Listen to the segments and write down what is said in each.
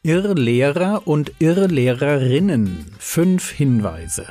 Irrlehrer und Irrlehrerinnen. 5 Hinweise.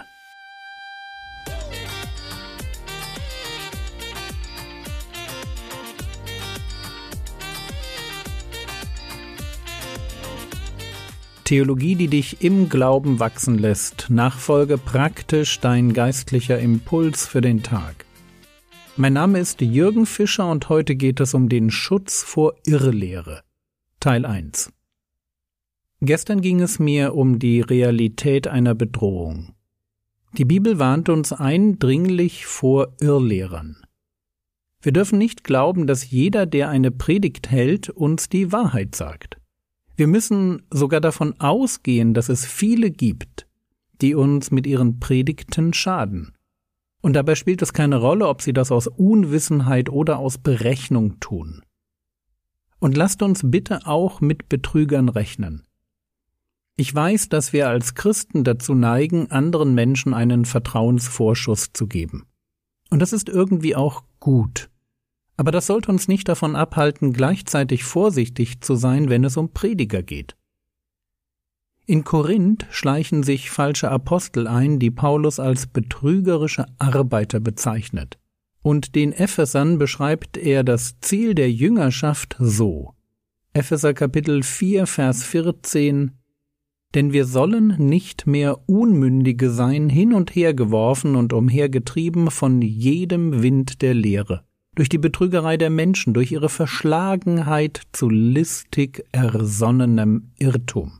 Theologie, die dich im Glauben wachsen lässt. Nachfolge praktisch dein geistlicher Impuls für den Tag. Mein Name ist Jürgen Fischer und heute geht es um den Schutz vor Irrlehre. Teil 1. Gestern ging es mir um die Realität einer Bedrohung. Die Bibel warnt uns eindringlich vor Irrlehrern. Wir dürfen nicht glauben, dass jeder, der eine Predigt hält, uns die Wahrheit sagt. Wir müssen sogar davon ausgehen, dass es viele gibt, die uns mit ihren Predigten schaden. Und dabei spielt es keine Rolle, ob sie das aus Unwissenheit oder aus Berechnung tun. Und lasst uns bitte auch mit Betrügern rechnen. Ich weiß, dass wir als Christen dazu neigen, anderen Menschen einen Vertrauensvorschuss zu geben. Und das ist irgendwie auch gut. Aber das sollte uns nicht davon abhalten, gleichzeitig vorsichtig zu sein, wenn es um Prediger geht. In Korinth schleichen sich falsche Apostel ein, die Paulus als betrügerische Arbeiter bezeichnet. Und den Ephesern beschreibt er das Ziel der Jüngerschaft so. Epheser Kapitel 4, Vers 14: Denn wir sollen nicht mehr Unmündige sein, hin und her geworfen und umhergetrieben von jedem Wind der Lehre, durch die Betrügerei der Menschen, durch ihre Verschlagenheit zu listig ersonnenem Irrtum.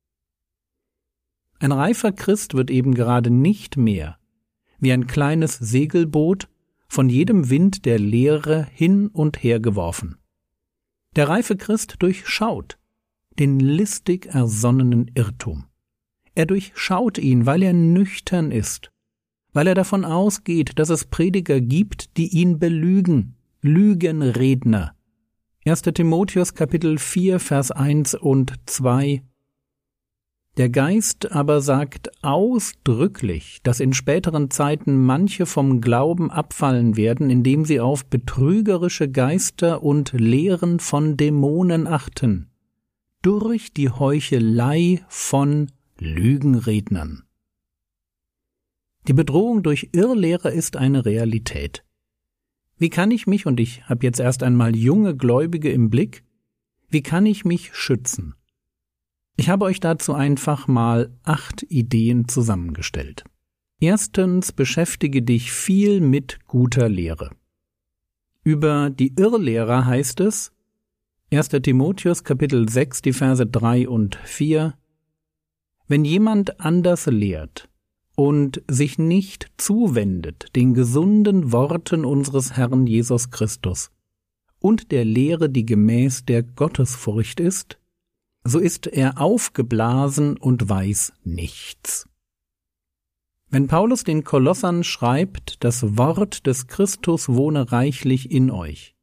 Ein reifer Christ wird eben gerade nicht mehr, wie ein kleines Segelboot, von jedem Wind der Lehre hin und her geworfen. Der reife Christ durchschaut den listig ersonnenen Irrtum. Er durchschaut ihn, weil er nüchtern ist, weil er davon ausgeht, dass es Prediger gibt, die ihn belügen, Lügenredner. 1. Timotheus Kapitel 4, Vers 1 und 2: Der Geist aber sagt ausdrücklich, dass in späteren Zeiten manche vom Glauben abfallen werden, indem sie auf betrügerische Geister und Lehren von Dämonen achten, durch die Heuchelei von Lügenrednern. Die Bedrohung durch Irrlehrer ist eine Realität. Wie kann ich mich, und ich habe jetzt erst einmal junge Gläubige im Blick, wie kann ich mich schützen? Ich habe euch dazu einfach mal 8 Ideen zusammengestellt. Erstens, beschäftige dich viel mit guter Lehre. Über die Irrlehrer heißt es, 1. Timotheus Kapitel 6, die Verse 3 und 4: Wenn jemand anders lehrt und sich nicht zuwendet den gesunden Worten unseres Herrn Jesus Christus und der Lehre, die gemäß der Gottesfurcht ist, so ist er aufgeblasen und weiß nichts. Wenn Paulus den Kolossern schreibt, das Wort des Christus wohne reichlich in euch,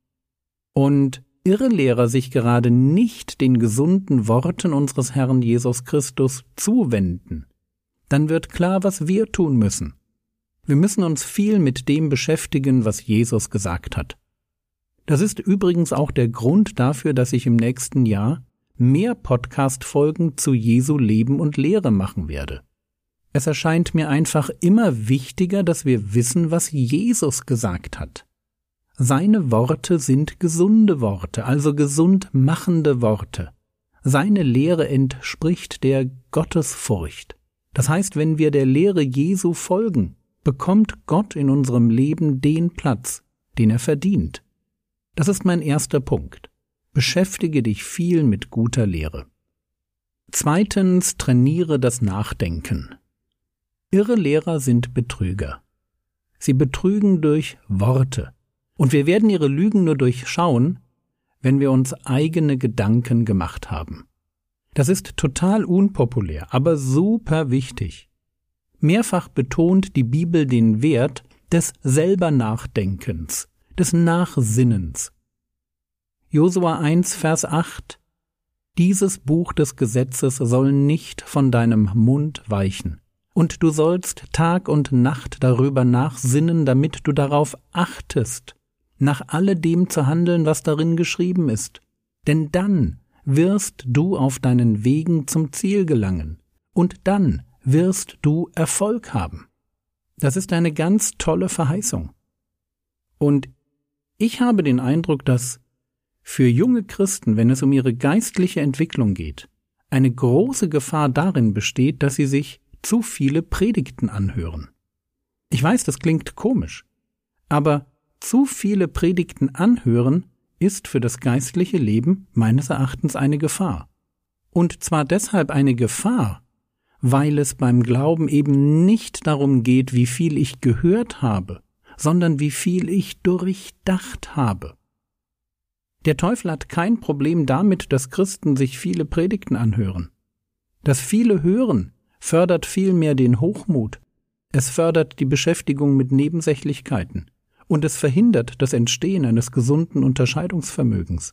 und Irrlehrer sich gerade nicht den gesunden Worten unseres Herrn Jesus Christus zuwenden, dann wird klar, was wir tun müssen. Wir müssen uns viel mit dem beschäftigen, was Jesus gesagt hat. Das ist übrigens auch der Grund dafür, dass ich im nächsten Jahr mehr Podcast-Folgen zu Jesu Leben und Lehre machen werde. Es erscheint mir einfach immer wichtiger, dass wir wissen, was Jesus gesagt hat. Seine Worte sind gesunde Worte, also gesund machende Worte. Seine Lehre entspricht der Gottesfurcht. Das heißt, wenn wir der Lehre Jesu folgen, bekommt Gott in unserem Leben den Platz, den er verdient. Das ist mein erster Punkt. Beschäftige dich viel mit guter Lehre. Zweitens, trainiere das Nachdenken. Irrlehrer sind Betrüger. Sie betrügen durch Worte. Und wir werden ihre Lügen nur durchschauen, wenn wir uns eigene Gedanken gemacht haben. Das ist total unpopulär, aber super wichtig. Mehrfach betont die Bibel den Wert des selber Nachdenkens, des Nachsinnens. Josua 1, Vers 8: Dieses Buch des Gesetzes soll nicht von deinem Mund weichen, und du sollst Tag und Nacht darüber nachsinnen, damit du darauf achtest, nach alledem zu handeln, was darin geschrieben ist. Denn dann wirst du auf deinen Wegen zum Ziel gelangen und dann wirst du Erfolg haben. Das ist eine ganz tolle Verheißung. Und ich habe den Eindruck, dass für junge Christen, wenn es um ihre geistliche Entwicklung geht, eine große Gefahr darin besteht, dass sie sich zu viele Predigten anhören. Ich weiß, das klingt komisch, aber zu viele Predigten anhören ist für das geistliche Leben meines Erachtens eine Gefahr. Und zwar deshalb eine Gefahr, weil es beim Glauben eben nicht darum geht, wie viel ich gehört habe, sondern wie viel ich durchdacht habe. Der Teufel hat kein Problem damit, dass Christen sich viele Predigten anhören. Das viele Hören fördert vielmehr den Hochmut, es fördert die Beschäftigung mit Nebensächlichkeiten und es verhindert das Entstehen eines gesunden Unterscheidungsvermögens.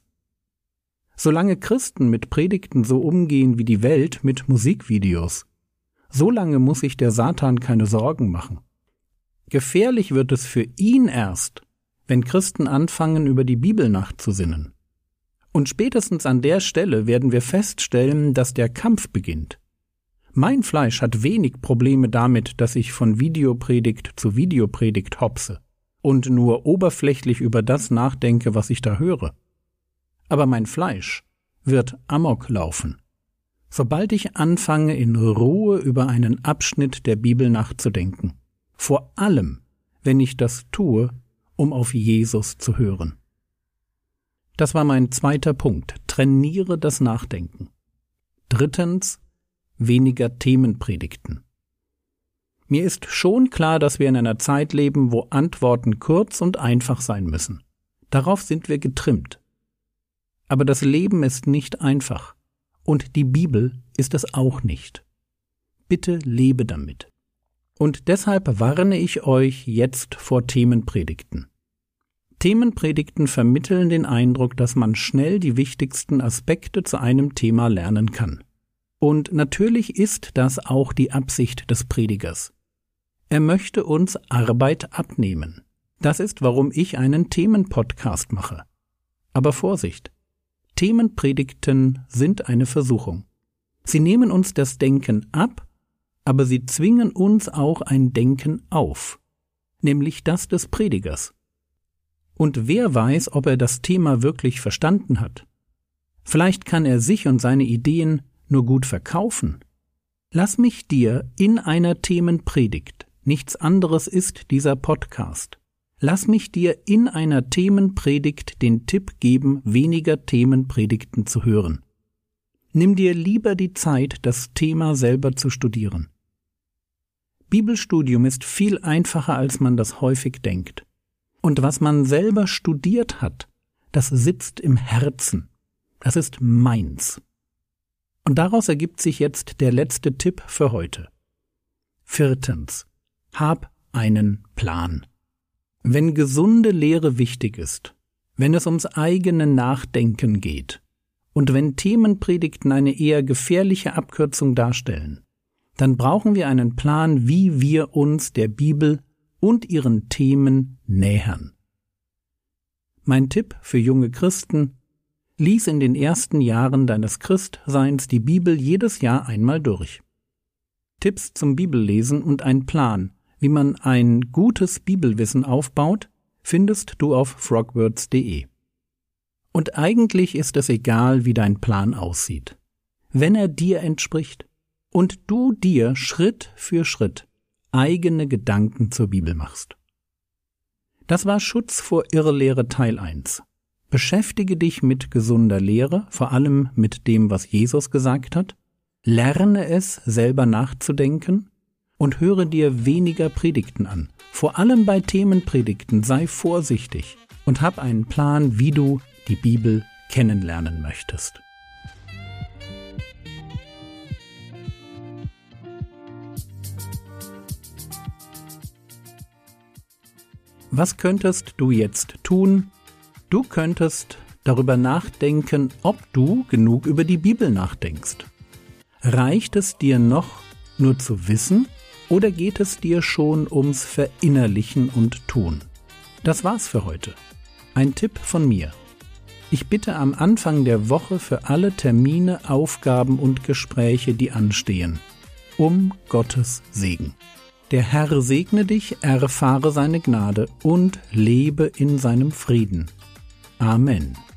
Solange Christen mit Predigten so umgehen wie die Welt mit Musikvideos, solange muss sich der Satan keine Sorgen machen. Gefährlich wird es für ihn erst, wenn Christen anfangen, über die Bibel nachzusinnen. Und spätestens an der Stelle werden wir feststellen, dass der Kampf beginnt. Mein Fleisch hat wenig Probleme damit, dass ich von Videopredigt zu Videopredigt hopse und nur oberflächlich über das nachdenke, was ich da höre. Aber mein Fleisch wird Amok laufen, sobald ich anfange, in Ruhe über einen Abschnitt der Bibel nachzudenken. Vor allem, wenn ich das tue, um auf Jesus zu hören. Das war mein zweiter Punkt. Trainiere das Nachdenken. Drittens, weniger Themenpredigten. Mir ist schon klar, dass wir in einer Zeit leben, wo Antworten kurz und einfach sein müssen. Darauf sind wir getrimmt. Aber das Leben ist nicht einfach. Und die Bibel ist es auch nicht. Bitte lebe damit. Und deshalb warne ich euch jetzt vor Themenpredigten. Themenpredigten vermitteln den Eindruck, dass man schnell die wichtigsten Aspekte zu einem Thema lernen kann. Und natürlich ist das auch die Absicht des Predigers. Er möchte uns Arbeit abnehmen. Das ist, warum ich einen Themenpodcast mache. Aber Vorsicht! Themenpredigten sind eine Versuchung. Sie nehmen uns das Denken ab, aber sie zwingen uns auch ein Denken auf, nämlich das des Predigers. Und wer weiß, ob er das Thema wirklich verstanden hat? Vielleicht kann er sich und seine Ideen nur gut verkaufen. Lass mich dir in einer Themenpredigt, nichts anderes ist dieser Podcast, lass mich dir in einer Themenpredigt den Tipp geben, weniger Themenpredigten zu hören. Nimm dir lieber die Zeit, das Thema selber zu studieren. Bibelstudium ist viel einfacher, als man das häufig denkt. Und was man selber studiert hat, das sitzt im Herzen. Das ist meins. Und daraus ergibt sich jetzt der letzte Tipp für heute. Viertens. Hab einen Plan. Wenn gesunde Lehre wichtig ist, wenn es ums eigene Nachdenken geht und wenn Themenpredigten eine eher gefährliche Abkürzung darstellen, dann brauchen wir einen Plan, wie wir uns der Bibel und ihren Themen nähern. Mein Tipp für junge Christen: Lies in den ersten Jahren deines Christseins die Bibel jedes Jahr einmal durch. Tipps zum Bibellesen und ein Plan, wie man ein gutes Bibelwissen aufbaut, findest du auf frogwords.de. Und eigentlich ist es egal, wie dein Plan aussieht, wenn er dir entspricht und du dir Schritt für Schritt eigene Gedanken zur Bibel machst. Das war Schutz vor Irrlehre Teil 1. Beschäftige dich mit gesunder Lehre, vor allem mit dem, was Jesus gesagt hat, lerne es, selber nachzudenken und höre dir weniger Predigten an. Vor allem bei Themenpredigten sei vorsichtig und hab einen Plan, wie du die Bibel kennenlernen möchtest. Was könntest du jetzt tun? Du könntest darüber nachdenken, ob du genug über die Bibel nachdenkst. Reicht es dir noch, nur zu wissen, oder geht es dir schon ums Verinnerlichen und Tun? Das war's für heute. Ein Tipp von mir. Ich bitte am Anfang der Woche für alle Termine, Aufgaben und Gespräche, die anstehen, um Gottes Segen. Der Herr segne dich, erfahre seine Gnade und lebe in seinem Frieden. Amen.